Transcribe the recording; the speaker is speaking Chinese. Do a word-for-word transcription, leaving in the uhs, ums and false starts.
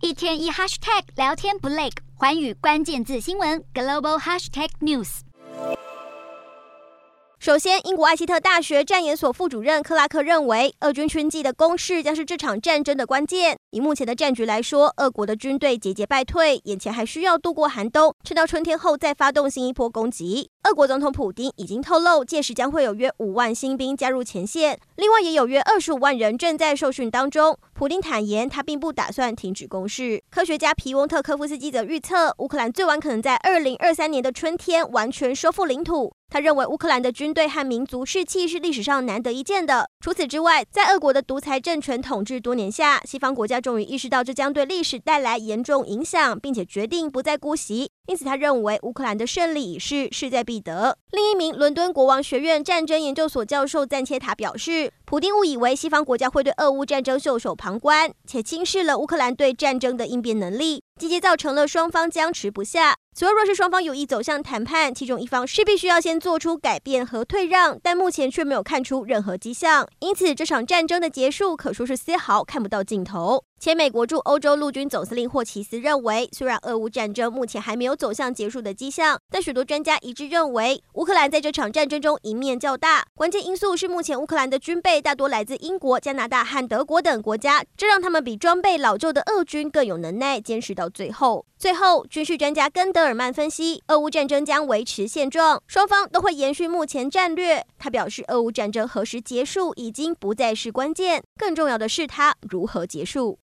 一天一 hashtag 聊天不累，寰宇关键字新闻 global hashtag news。 首先，英国艾希特大学战研所副主任克拉克认为，俄军春季的攻势将是这场战争的关键。以目前的战局来说，俄国的军队节节败退，眼前还需要度过寒冬，撑到春天后再发动新一波攻击。俄国总统普丁已经透露，届时将会有约五万新兵加入前线，另外也有约二十五万人正在受训当中。普丁坦言，他并不打算停止攻势。科学家皮翁特科夫斯基则预测，乌克兰最晚可能在二零二三年的春天完全收复领土。他认为乌克兰的军队和民族士气是历史上难得一见的。除此之外，在俄国的独裁政权统治多年下，西方国家终于意识到这将对历史带来严重影响，并且决定不再姑息。因此，他认为乌克兰的胜利已是势在必得。另一名伦敦国王学院战争研究所教授赞切塔表示，普丁误以为西方国家会对俄乌战争袖手旁观，且轻视了乌克兰对战争的应变能力，直接造成了双方僵持不下。此外，若是双方有意走向谈判，其中一方势必需要先做出改变和退让，但目前却没有看出任何迹象。因此，这场战争的结束可说是丝毫看不到尽头。前美国驻欧洲陆军总司令霍奇斯认为，虽然俄乌战争目前还没有走向结束的迹象，但许多专家一致认为，乌克兰在这场战争中赢面较大。关键因素是目前乌克兰的军备大多来自英国、加拿大和德国等国家，这让他们比装备老旧的俄军更有能耐坚持到最后。最后，军事专家根德尔曼分析，俄乌战争将维持现状，双方都会延续目前战略。他表示，俄乌战争何时结束已经不再是关键，更重要的是它如何结束。